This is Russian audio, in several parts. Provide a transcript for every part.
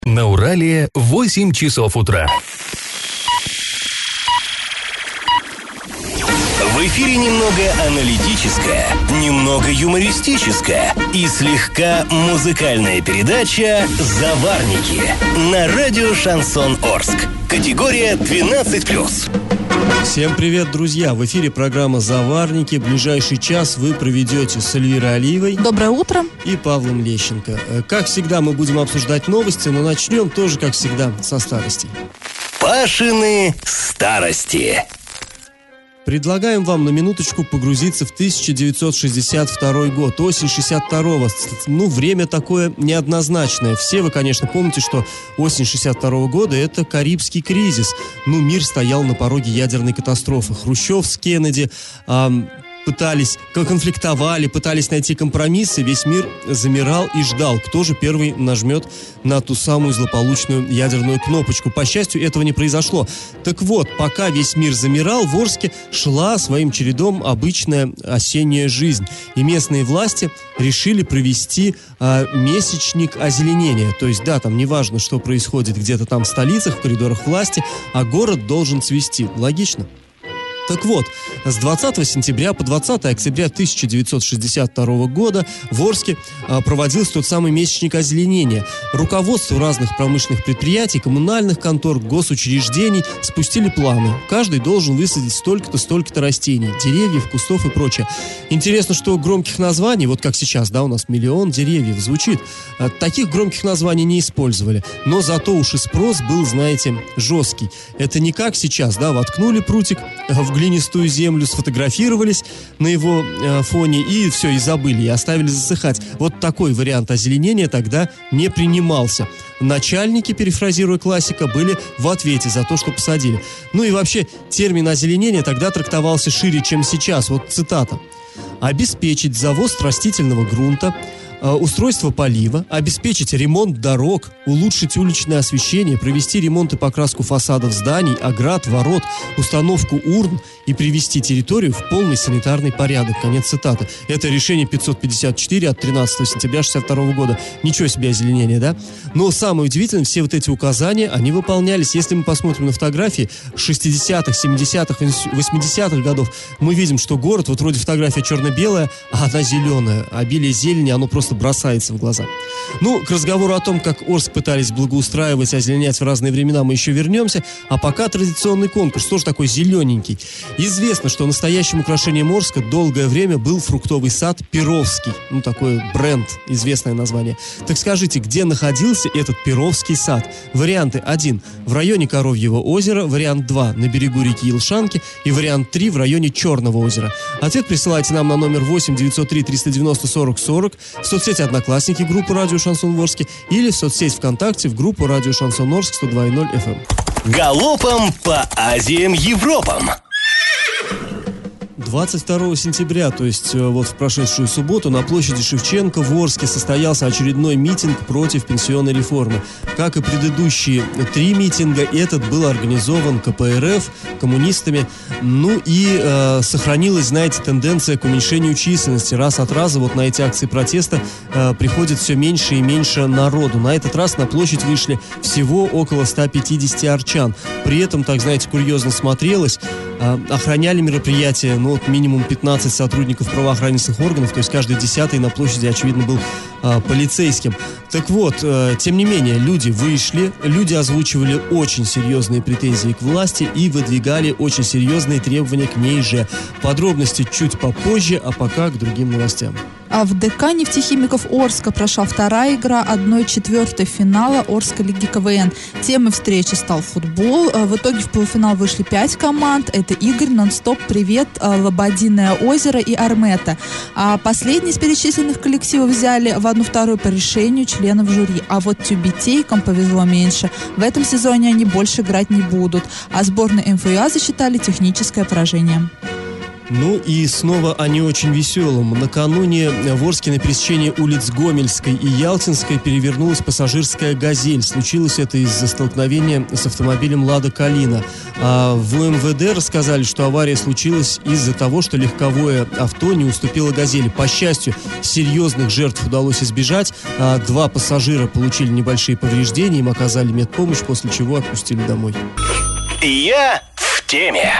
На Урале 8 часов утра. В эфире немного аналитическая, немного юмористическая и слегка музыкальная передача «Заварники» на радио «Шансон Орск». Категория 12+. Всем привет, друзья! В эфире программа «Заварники». Ближайший час вы проведете с Эльвирой Алиевой. Доброе утро. И Павлом Лещенко. Как всегда, мы будем обсуждать новости, но начнем тоже, как всегда, со старостей. Пашины старости. Предлагаем вам на минуточку погрузиться в 1962 год, осень 62-го. Ну, время такое неоднозначное. Все вы, конечно, помните, что осень 62 года – это Карибский кризис. Ну, мир стоял на пороге ядерной катастрофы. Хрущев с Кеннеди конфликтовали, пытались найти компромиссы, весь мир замирал и ждал, кто же первый нажмет на ту самую злополучную ядерную кнопочку. По счастью, этого не произошло. Так вот, пока весь мир замирал, в Орске шла своим чередом обычная осенняя жизнь. И местные власти решили провести месячник озеленения. То есть, да, там неважно, что происходит где-то там в столицах, в коридорах власти, а город должен цвести. Логично? Так вот, с 20 сентября по 20 октября 1962 года в Орске проводился тот самый месячник озеленения. Руководство разных промышленных предприятий, коммунальных контор, госучреждений спустили планы. Каждый должен высадить столько-то, столько-то растений, деревьев, кустов и прочее. Интересно, что громких названий, вот как сейчас, да, у нас 1 миллион деревьев звучит, таких громких названий не использовали. Но зато уж и спрос был, знаете, жесткий. Это не как сейчас, да, воткнули прутик в глинистую землю, сфотографировались на его фоне и все, и забыли, и оставили засыхать. Вот такой вариант озеленения тогда не принимался. Начальники, перефразируя классика, были в ответе за то, что посадили. Ну и вообще, термин озеленения тогда трактовался шире, чем сейчас. Вот цитата. «Обеспечить завоз растительного грунта, устройство полива, обеспечить ремонт дорог, улучшить уличное освещение, провести ремонт и покраску фасадов зданий, оград, ворот, установку урн и привести территорию в полный санитарный порядок». Конец цитаты. Это решение 554 от 13 сентября 1962 года. Ничего себе озеленение, да? Но самое удивительное, все вот эти указания, они выполнялись. Если мы посмотрим на фотографии 60-х, 70-х, 80-х годов, мы видим, что город, вот вроде фотография черно-белая, а она зеленая. Обилие зелени, оно просто бросается в глаза. Ну, к разговору о том, как Орск пытались благоустраивать, озеленять в разные времена, мы еще вернемся. А пока традиционный конкурс. Тоже такой зелененький. Известно, что настоящим украшением Орска долгое время был фруктовый сад Перовский. Ну, такой бренд, известное название. Так скажите, где находился этот Перовский сад? Варианты: 1. В районе Коровьего озера. Вариант 2. На берегу реки Елшанки. И вариант 3. В районе Черного озера. Ответ присылайте нам на номер 8 903 390 40 40 в соцсети «Одноклассники» группу «Радио Шансон Орске» или в соцсеть ВКонтакте в группу «Радио Шансон Орск» 102.0 FM. Галопом по Азиям Европам. 22 сентября, то есть вот в прошедшую субботу, на площади Шевченко в Орске состоялся очередной митинг против пенсионной реформы. Как и предыдущие 3 митинга, этот был организован КПРФ, коммунистами. Ну и сохранилась, знаете, тенденция к уменьшению численности. Раз от раза вот на эти акции протеста приходит все меньше и меньше народу. На этот раз на площадь вышли всего около 150 арчан. При этом, так знаете, курьезно смотрелось, охраняли мероприятие, ну, вот минимум 15 сотрудников правоохранительных органов, то есть каждый 10-й на площади, очевидно, был полицейским. Так вот, тем не менее, люди вышли, люди озвучивали очень серьезные претензии к власти и выдвигали очень серьезные требования к ней же. Подробности чуть попозже, а пока к другим новостям. А в ДК нефтехимиков Орска прошла вторая игра 1/4 финала Орской лиги КВН. Темой встречи стал футбол. В итоге в полуфинал вышли 5 команд. Это Игорь, Нон-Стоп, Привет, Лободиное озеро и Армета. А последние из перечисленных коллективов взяли в 1/2 по решению членов жюри. А вот тюбетейкам повезло меньше. В этом сезоне они больше играть не будут. А сборной МФЮА засчитали техническое поражение. Ну и снова о не очень веселом. Накануне в Орске на пересечении улиц Гомельской и Ялтинской перевернулась пассажирская «Газель». Случилось это из-за столкновения с автомобилем «Лада Калина». А в УМВД рассказали, что авария случилась из-за того, что легковое авто не уступило «Газели». По счастью, серьезных жертв удалось избежать. 2 пассажира получили небольшие повреждения, им оказали медпомощь, после чего отпустили домой. Я в теме.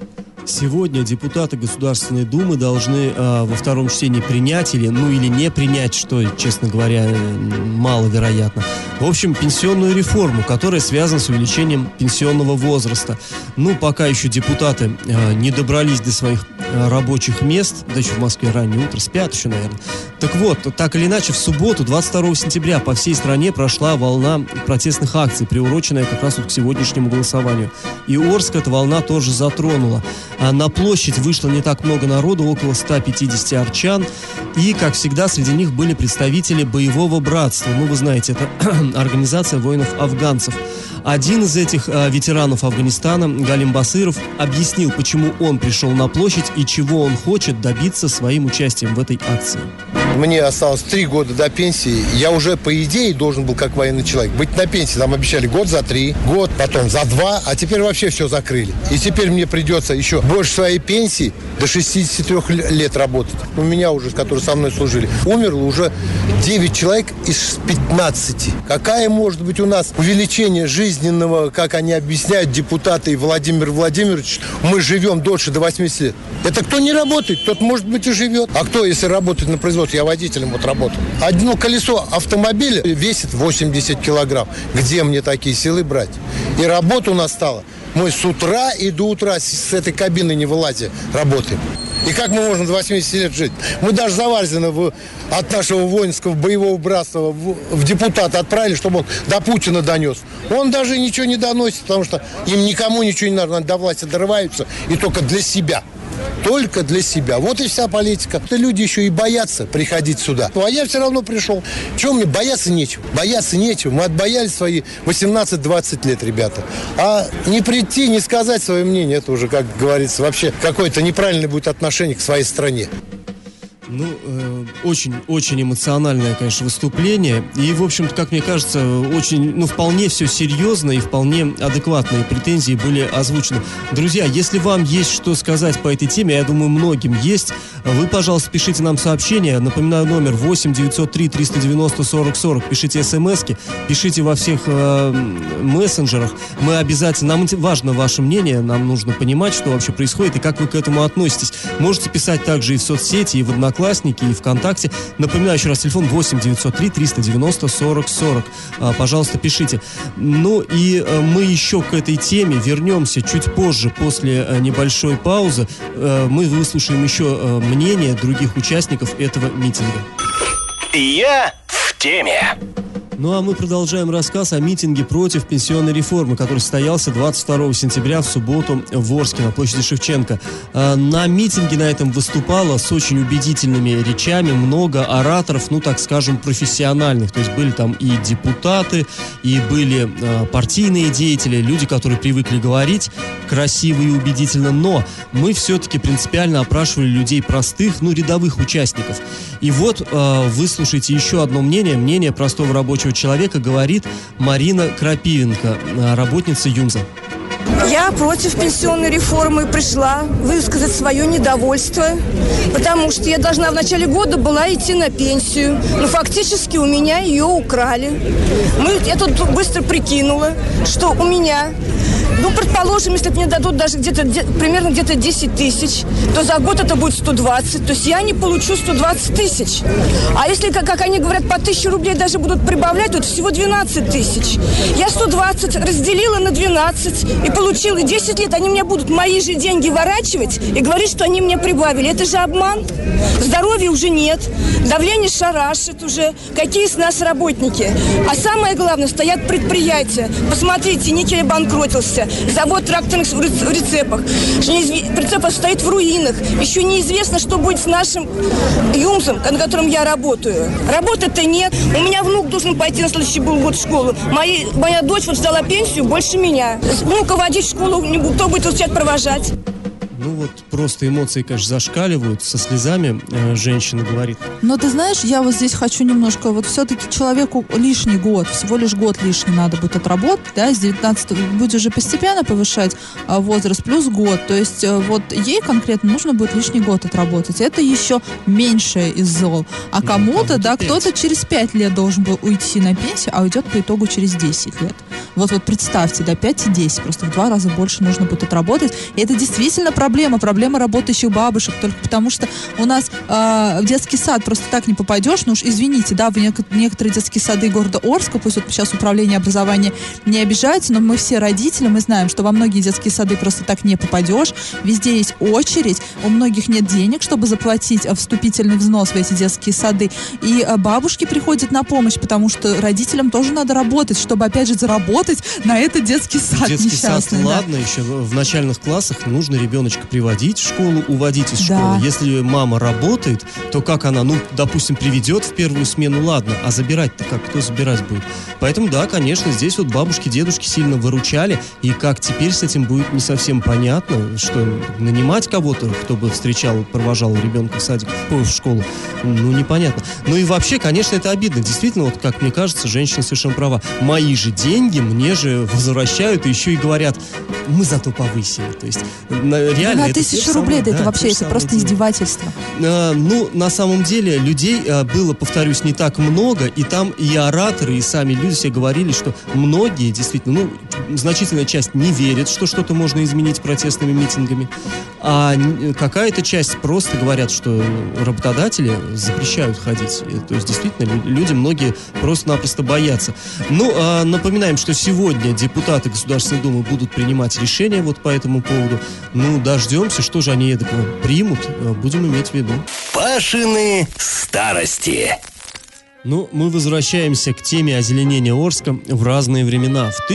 Сегодня депутаты Государственной Думы должны во втором чтении принять или не принять, что, честно говоря, маловероятно. В общем, пенсионную реформу, которая связана с увеличением пенсионного возраста. Пока еще депутаты не добрались до своих рабочих мест, да еще в Москве раннее утро, спят еще, наверное. Так вот, так или иначе, в субботу, 22 сентября, по всей стране прошла волна протестных акций, приуроченная как раз к сегодняшнему голосованию. И Орск эта волна тоже затронула. На площадь вышло не так много народу, около 150 орчан. И, как всегда, среди них были представители боевого братства. Вы знаете, это организация воинов-афганцев. Один из этих ветеранов Афганистана, Галим Басыров, объяснил, почему он пришел на площадь и чего он хочет добиться своим участием в этой акции. Мне осталось 3 года до пенсии. Я уже, по идее, должен был, как военный человек, быть на пенсии. Нам обещали год за 3, год, потом за 2, а теперь вообще все закрыли. И теперь мне придется еще больше своей пенсии до 63 лет работать. У меня уже, которые со мной служили, умерло уже 9 человек из 15. Какая может быть у нас увеличение жизненного, как они объясняют, депутаты и Владимир Владимирович, мы живем дольше до 80 лет. Это кто не работает, тот, может быть, и живет. А кто, если работает на производстве? Я водителем работаю. Одно колесо автомобиля весит 80 килограмм. Где мне такие силы брать? И работа у нас стала. Мы с утра и до утра с этой кабины не вылазя работаем. И как мы можем до 80 лет жить? Мы даже Заварзина от нашего воинского боевого братства в депутата отправили, чтобы он до Путина донес. Он даже ничего не доносит, потому что им никому ничего не надо, до власти дорываются, и только для себя. Только для себя. Вот и вся политика. Люди еще и боятся приходить сюда. А я все равно пришел. Чего мне? Бояться нечего. Бояться нечего. Мы отбоялись свои 18-20 лет, ребята. А не прийти, не сказать свое мнение, это уже, как говорится, вообще какое-то неправильное будет отношение к своей стране. Очень эмоциональное, конечно, выступление. И, в общем-то, как мне кажется, вполне все серьезно и вполне адекватные претензии были озвучены. Друзья, если вам есть что сказать по этой теме, я думаю, многим есть, вы, пожалуйста, пишите нам сообщения. Напоминаю, номер 8 903 390 40 40. Пишите смски, пишите во всех мессенджерах. Мы обязательно, нам важно ваше мнение, нам нужно понимать, что вообще происходит и как вы к этому относитесь. Можете писать также и в соцсети, и в Одноклассники, и ВКонтакте. Напоминаю еще раз, телефон 8 903 390 40 40. Пожалуйста, пишите. Мы еще к этой теме вернемся чуть позже, после небольшой паузы. Мы выслушаем еще мнение других участников этого митинга. Я в теме. А мы продолжаем рассказ о митинге против пенсионной реформы, который состоялся 22 сентября в субботу в Орске на площади Шевченко. На митинге на этом выступало с очень убедительными речами много ораторов, так скажем, профессиональных. То есть были там и депутаты, и были партийные деятели, люди, которые привыкли говорить красиво и убедительно, но мы все-таки принципиально опрашивали людей простых, рядовых участников. И вот выслушайте еще одно мнение простого рабочего человека, говорит Марина Крапивенко, работница ЮМЗа. Я против пенсионной реформы пришла высказать свое недовольство, потому что я должна в начале года была идти на пенсию, но фактически у меня ее украли. Я тут быстро прикинула, что у меня, предположим, если мне дадут даже примерно 10 тысяч, то за год это будет 120, то есть я не получу 120 тысяч. А если, как они говорят, по 1000 рублей даже будут прибавлять, то это всего 12 тысяч. Я 120 разделила на 12 и получила 10 лет, они мне будут мои же деньги ворачивать и говорить, что они мне прибавили. Это же обман. Здоровья уже нет, давление шарашит уже. Какие с нас работники? А самое главное, стоят предприятия. Посмотрите, Никель обанкротился, завод тракторных прицепов. Прицепов стоит в руинах. Еще неизвестно, что будет с нашим ЮМЗом, на котором я работаю. Работы-то нет. У меня внук должен пойти на следующий год в школу. Моя дочь ждала пенсию больше меня. Внука водить в школу, кто будет успеть провожать? Ну вот просто эмоции, конечно, зашкаливают, со слезами женщина говорит. Но ты знаешь, я вот здесь хочу немножко, вот все-таки человеку лишний год, всего лишь год лишний надо будет отработать, да, с 19 будет уже постепенно повышать возраст, плюс год, то есть вот ей конкретно нужно будет лишний год отработать, это еще меньшее из зол, а кому-то, да, кто-то через 5 лет должен был уйти на пенсию, а уйдет по итогу через 10 лет. Вот представьте, да, 5 и 10, просто в 2 раза больше нужно будет отработать, и это действительно проблема работающих бабушек, только потому что у нас в детский сад просто так не попадешь, ну уж извините, да, в некоторые детские сады города Орска, пусть вот сейчас управление образования не обижается, но мы все родители, мы знаем, что во многие детские сады просто так не попадешь, везде есть очередь, у многих нет денег, чтобы заплатить вступительный взнос в эти детские сады, и бабушки приходят на помощь, потому что родителям тоже надо работать, чтобы опять же заработать на этот детский сад несчастный. Да. Ладно, еще в начальных классах нужно ребеночка приводить в школу, уводить из школы. Да. Если мама работает, то как она, допустим, приведет в первую смену, ладно, а забирать-то как? Кто забирать будет? Поэтому, да, конечно, здесь вот бабушки, дедушки сильно выручали, и как теперь с этим будет не совсем понятно, что нанимать кого-то, кто бы встречал, провожал ребенка в садик, в школу, непонятно. Ну и вообще, конечно, это обидно. Действительно, вот как мне кажется, женщина совершенно права. Мои же деньги мне же возвращают, и еще и говорят, мы зато повысили. То есть, реально... На 1000 рублей, да, это вообще, это просто издевательство. На самом деле, людей было, повторюсь, не так много, и там и ораторы, и сами люди все говорили, что многие, действительно, значительная часть не верит, что что-то можно изменить протестными митингами, а какая-то часть просто говорят, что работодатели запрещают ходить. То есть, действительно, люди многие просто-напросто боятся. Напоминаем, что сегодня депутаты Государственной Думы будут принимать решения вот по этому поводу. Дождемся, что же они эдакого примут, будем иметь в виду. Пашины старости. Мы возвращаемся к теме озеленения Орска в разные времена. В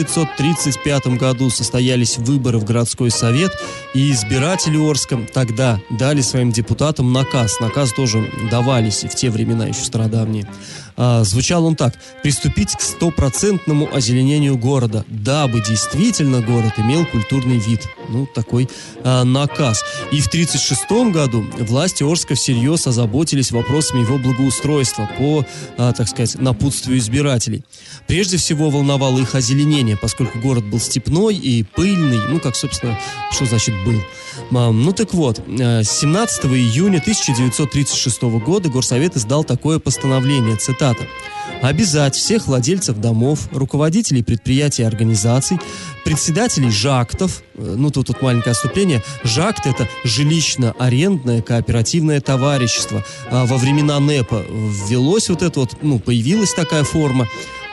1935 году состоялись выборы в городской совет, и избиратели Орска тогда дали своим депутатам наказ. Наказ тоже давались и в те времена еще стародавние. Звучал он так: приступить к 100% озеленению города, дабы действительно город имел культурный вид. Такой наказ. И в 1936 году власти Орска всерьез озаботились вопросами его благоустройства по, так сказать, напутствию избирателей. Прежде всего волновало их озеленение, поскольку город был степной и пыльный, как, собственно, что значит был. Так вот, 17 июня 1936 года Горсовет издал такое постановление, цитата: «Обязать всех владельцев домов, руководителей предприятий и организаций, председателей ЖАКТов», тут маленькое отступление, ЖАКТ — это жилищно-арендное кооперативное товарищество. Во времена НЭПа ввелось появилась такая форма,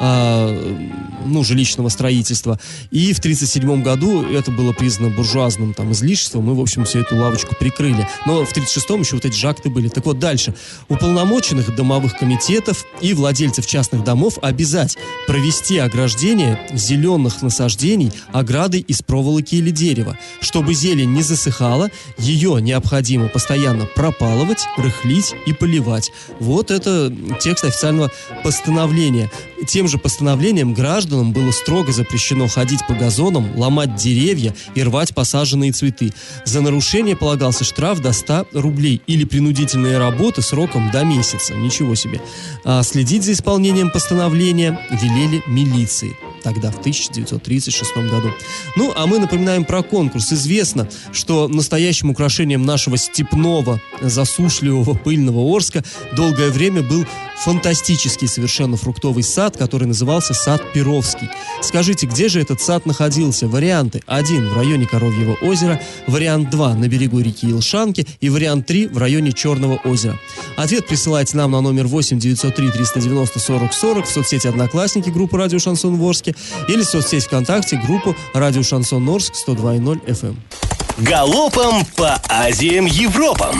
жилищного строительства. И в 1937 году это было признано буржуазным излишеством, мы, в общем, всю эту лавочку прикрыли. Но в 1936-м еще эти жакты были. Так вот, дальше. Уполномоченных домовых комитетов и владельцев частных домов обязать провести ограждение зеленых насаждений оградой из проволоки или дерева. Чтобы зелень не засыхала, ее необходимо постоянно пропалывать, рыхлить и поливать. Вот это текст официального постановления. Тем же постановлением гражданам было строго запрещено ходить по газонам, ломать деревья и рвать посаженные цветы. За нарушение полагался штраф до 100 рублей или принудительные работы сроком до месяца. Ничего себе. Следить за исполнением постановления велели милиции. Тогда, в 1936 году. А мы напоминаем про конкурс. Известно, что настоящим украшением нашего степного, засушливого, пыльного Орска долгое время был фантастический совершенно фруктовый сад, который назывался сад Перовский. Скажите, где же этот сад находился? Варианты: 1 в районе Коровьего озера, вариант 2 на берегу реки Илшанки и вариант 3 в районе Черного озера. Ответ присылайте нам на номер 8 903 390 40 40 в соцсети «Одноклассники» группу «Радио Шансон Орске» или в соцсети ВКонтакте группу «Радио Шансон Орск» 102.0 FM. Галопом по Азиям Европам.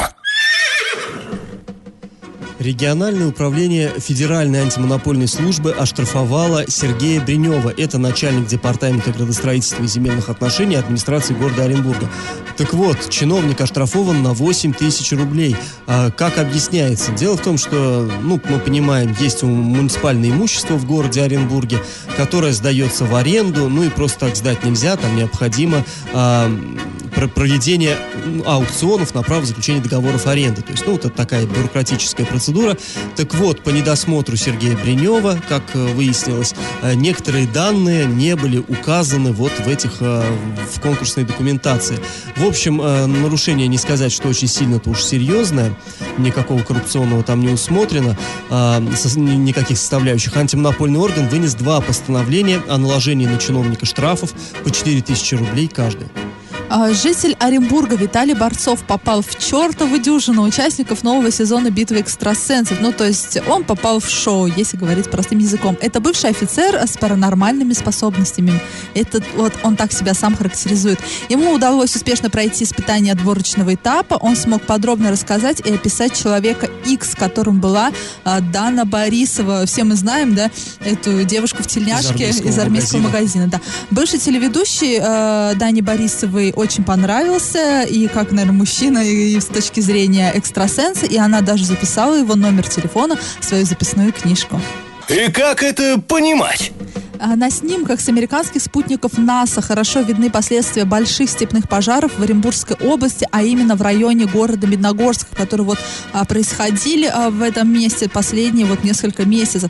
Региональное управление Федеральной антимонопольной службы оштрафовало Сергея Бринева. Это начальник департамента градостроительства и земельных отношений администрации города Оренбурга. Так вот, чиновник оштрафован на 8 тысяч рублей. Как объясняется? Дело в том, что, мы понимаем, есть муниципальное имущество в городе Оренбурге, которое сдается в аренду, и просто так сдать нельзя, там необходимо проведения аукционов на право заключения договоров аренды. То есть, вот это такая бюрократическая процедура. Так вот, по недосмотру Сергея Бринева, как выяснилось, некоторые данные не были указаны вот в конкурсной документации. В общем, нарушение, не сказать, что очень сильно-то уж серьезное, никакого коррупционного там не усмотрено, никаких составляющих. Антимонопольный орган вынес 2 постановления о наложении на чиновника штрафов по 4000 рублей каждый. Житель Оренбурга Виталий Борцов попал в чертову дюжину участников нового сезона «Битвы экстрасенсов». То есть он попал в шоу, если говорить простым языком. Это бывший офицер с паранормальными способностями. Он так себя сам характеризует. Ему удалось успешно пройти испытание отборочного этапа. Он смог подробно рассказать и описать человека X, которым была Дана Борисова. Все мы знаем, да, эту девушку в тельняшке из армейского магазина. Да. Бывший телеведущий Дане Борисовой очень понравился, и как, наверное, мужчина, и с точки зрения экстрасенса, и она даже записала его номер телефона в свою записную книжку. И как это понимать? На снимках с американских спутников НАСА хорошо видны последствия больших степных пожаров в Оренбургской области, а именно в районе города Медногорск, которые происходили в этом месте последние несколько месяцев.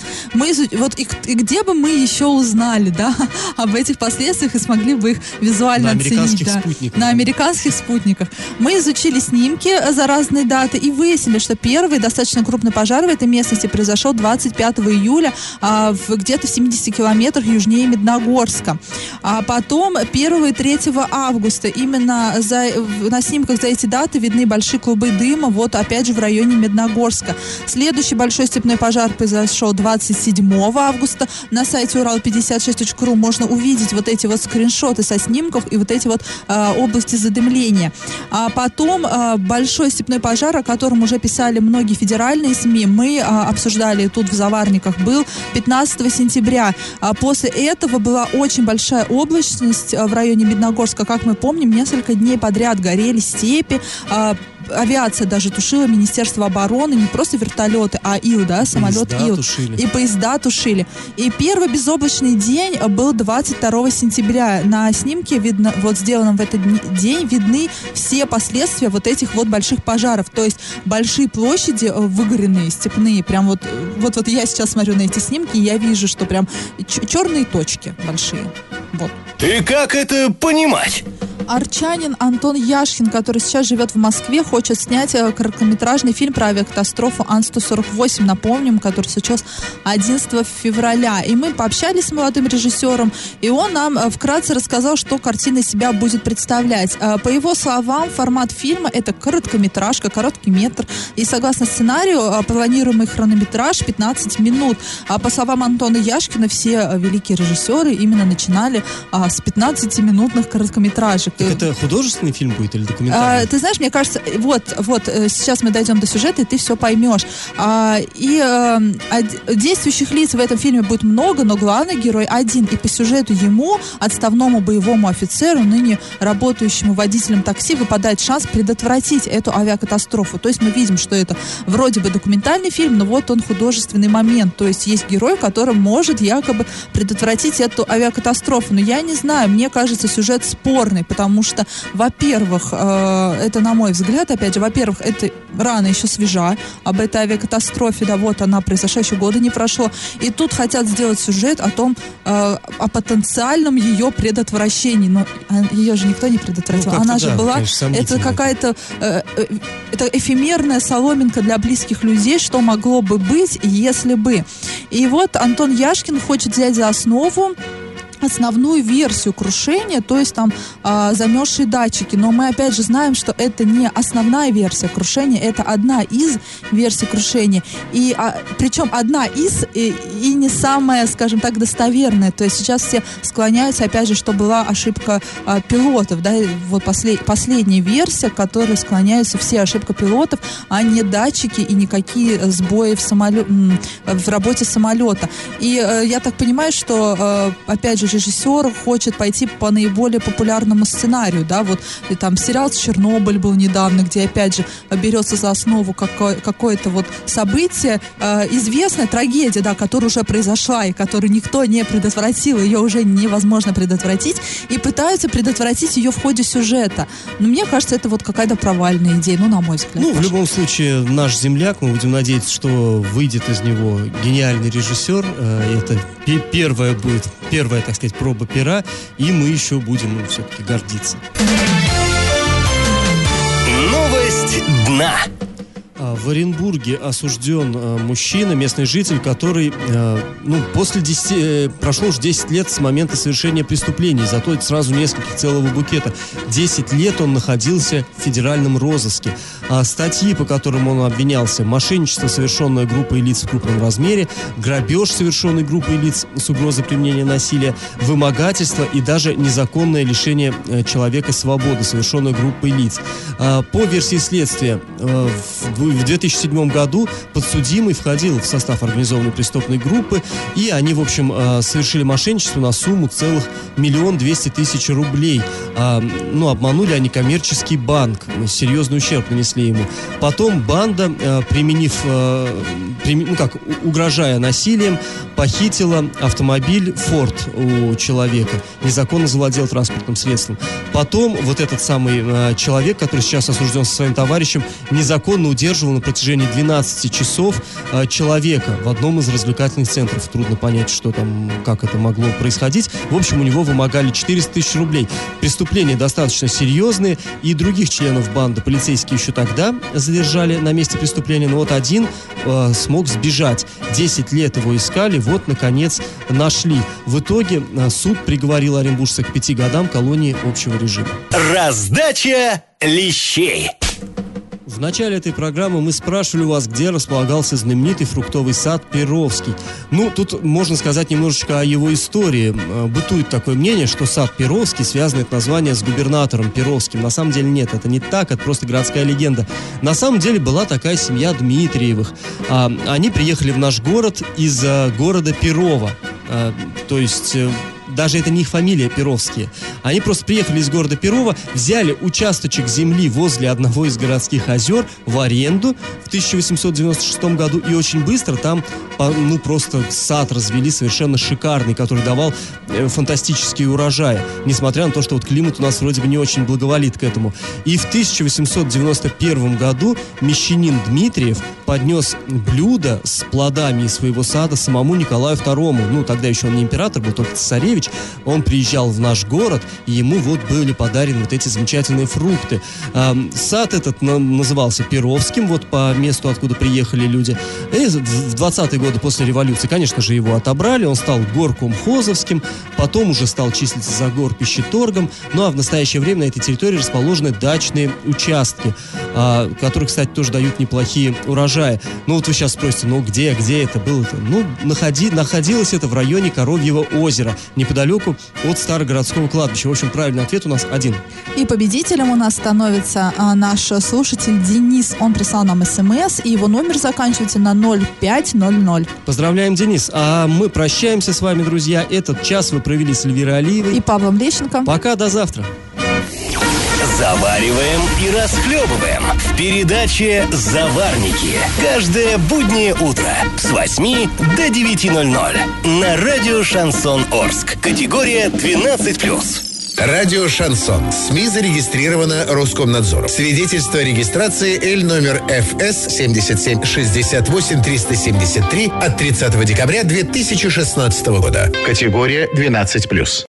И где бы мы еще узнали, да, об этих последствиях и смогли бы их визуально оценить. На американских спутниках. Мы изучили снимки за разные даты и выяснили, что первый достаточно крупный пожар в этой местности произошел 25 июля где-то в 70 километрах южнее Медногорска. А потом 1 и 3 августа именно на снимках за эти даты видны большие клубы дыма, опять же в районе Медногорска. Следующий большой степной пожар произошел 27 августа. На сайте урал56.ру можно увидеть эти скриншоты со снимков и эти области задымления. А потом большой степной пожар, о котором уже писали многие федеральные СМИ, мы обсуждали тут в Заварниках, был 15 сентября. После этого была очень большая облачность в районе Медногорска. Как мы помним, несколько дней подряд горели степи. Авиация даже тушила, Министерство обороны, не просто вертолеты, а Ил, да, самолет Ил. И поезда тушили. И первый безоблачный день был 22 сентября. На снимке видно, сделанном в этот день, видны все последствия этих больших пожаров. То есть большие площади выгоренные, степные. Прям я сейчас смотрю на эти снимки, и я вижу, что прям черные точки большие. И как это понимать? Арчанин Антон Яшкин, который сейчас живет в Москве, хочет снять короткометражный фильм про авиакатастрофу Ан-148, напомним, который случился 11 февраля. И мы пообщались с молодым режиссером, и он нам вкратце рассказал, что картина из себя будет представлять. По его словам, формат фильма — это короткометражка, короткий метр, и согласно сценарию, планируемый хронометраж 15 минут. По словам Антона Яшкина, все великие режиссеры именно начинали с 15-минутных короткометражек. Так это художественный фильм будет или документальный? Ты знаешь, мне кажется, сейчас мы дойдем до сюжета, и ты все поймешь. Действующих лиц в этом фильме будет много, но главный герой один. И по сюжету ему, отставному боевому офицеру, ныне работающему водителем такси, выпадает шанс предотвратить эту авиакатастрофу. То есть мы видим, что это вроде бы документальный фильм, но он художественный момент. То есть есть герой, который может якобы предотвратить эту авиакатастрофу. Но я не знаю, мне кажется, сюжет спорный, потому что, во-первых, это, на мой взгляд, опять же, во-первых, это рана еще свежа об этой авиакатастрофе, да, она произошла, еще года не прошло, и тут хотят сделать сюжет о том, о потенциальном ее предотвращении, но ее же никто не предотвратил, она же была, это какая-то, это эфемерная соломинка для близких людей, что могло бы быть, если бы. И Антон Яшкин хочет взять за основу основную версию крушения, то есть там замерзшие датчики. Но мы опять же знаем, что это не основная версия крушения, это одна из версий крушения. И причем одна из и не самая, скажем так, достоверная. То есть сейчас все склоняются, опять же, что была ошибка пилотов. Да? Последняя версия, к которой склоняются все, ошибка пилотов, а не датчики и никакие сбои в работе самолета. И я так понимаю, что опять же режиссер хочет пойти по наиболее популярному сценарию, да, вот и там сериал «Чернобыль» был недавно, где опять же берется за основу какое-то вот событие, известная трагедия, да, которая уже произошла и которую никто не предотвратил, ее уже невозможно предотвратить, и пытаются предотвратить ее в ходе сюжета. Но мне кажется, это вот какая-то провальная идея, ну, на мой взгляд. Ну, в любом случае, наш земляк, мы будем надеяться, что выйдет из него гениальный режиссер. Это первая, так сказать, проба пера, и мы еще будем все-таки гордиться. Новость дна. В Оренбурге осужден мужчина, местный житель, который, прошло уже 10 лет с момента совершения преступлений, зато это сразу целого букета. 10 лет он находился в федеральном розыске. Статьи, по которым он обвинялся: мошенничество, совершенное группой лиц в крупном размере, грабеж, совершенный группой лиц с угрозой применения насилия, вымогательство и даже незаконное лишение человека свободы, совершенное группой лиц. По версии следствия, в 2007 году подсудимый входил в состав организованной преступной группы, и они, в общем, совершили мошенничество на сумму целых 1 200 000 рублей. Обманули они коммерческий банк, серьезный ущерб нанесли ему. Потом банда, угрожая насилием, похитила автомобиль Ford у человека, незаконно завладел транспортным средством. Потом вот этот самый человек, который сейчас осужден со своим товарищем, незаконно удерживал на протяжении 12 часов человека в одном из развлекательных центров. Трудно понять, что там, как это могло происходить. В общем, у него вымогали 400 000 рублей. Преступления достаточно серьезные, и других членов банды полицейские еще тогда задержали на месте преступления, но вот один смог сбежать. 10 лет его искали, вот, наконец, нашли. В итоге суд приговорил оренбуржца к 5 годам колонии общего режима. Раздача лещей. В начале этой программы мы спрашивали у вас, где располагался знаменитый фруктовый сад Перовский. Тут можно сказать немножечко о его истории. Бытует такое мнение, что сад Перовский связано это название с губернатором Перовским. На самом деле нет, это не так, это просто городская легенда. На самом деле была такая семья Дмитриевых. Они приехали в наш город из города Перова. То есть... Даже это не их фамилия Перовские. Они просто приехали из города Перова, взяли участочек земли возле одного из городских озер в аренду в 1896 году, и очень быстро там просто сад развели совершенно шикарный, который давал фантастические урожаи, несмотря на то, что вот климат у нас вроде бы не очень благоволит к этому. И в 1891 году мещанин Дмитриев поднес блюдо с плодами из своего сада самому Николаю II. Тогда еще он не император был, только цесаревич. Он приезжал в наш город, и ему вот были подарены вот эти замечательные фрукты. Сад этот назывался Перовским, вот по месту, откуда приехали люди. И в 20-е годы после революции, конечно же, его отобрали, он стал горкомхозовским, потом уже стал числиться за горпищеторгом. А в настоящее время на этой территории расположены дачные участки, которые, кстати, тоже дают неплохие урожаи. Вот вы сейчас спросите, где это было-то? Находилось это в районе Коровьего озера, неподалеку от Старогородского кладбища. В общем, правильный ответ у нас один. И победителем у нас становится наш слушатель Денис. Он прислал нам СМС, и его номер заканчивается на 0500. Поздравляем, Денис. А мы прощаемся с вами, друзья. Этот час вы провели с Эльвирой Алиевой и Павлом Лещенко. Пока, до завтра. Завариваем и расхлебываем в передаче «Заварники». Каждое буднее утро с 8 до 9:00 на радио «Шансон Орск». Категория 12+. Радио «Шансон». СМИ зарегистрировано Роскомнадзором. Свидетельство о регистрации Л номер ФС 7768373 от 30 декабря 2016 года. Категория 12+.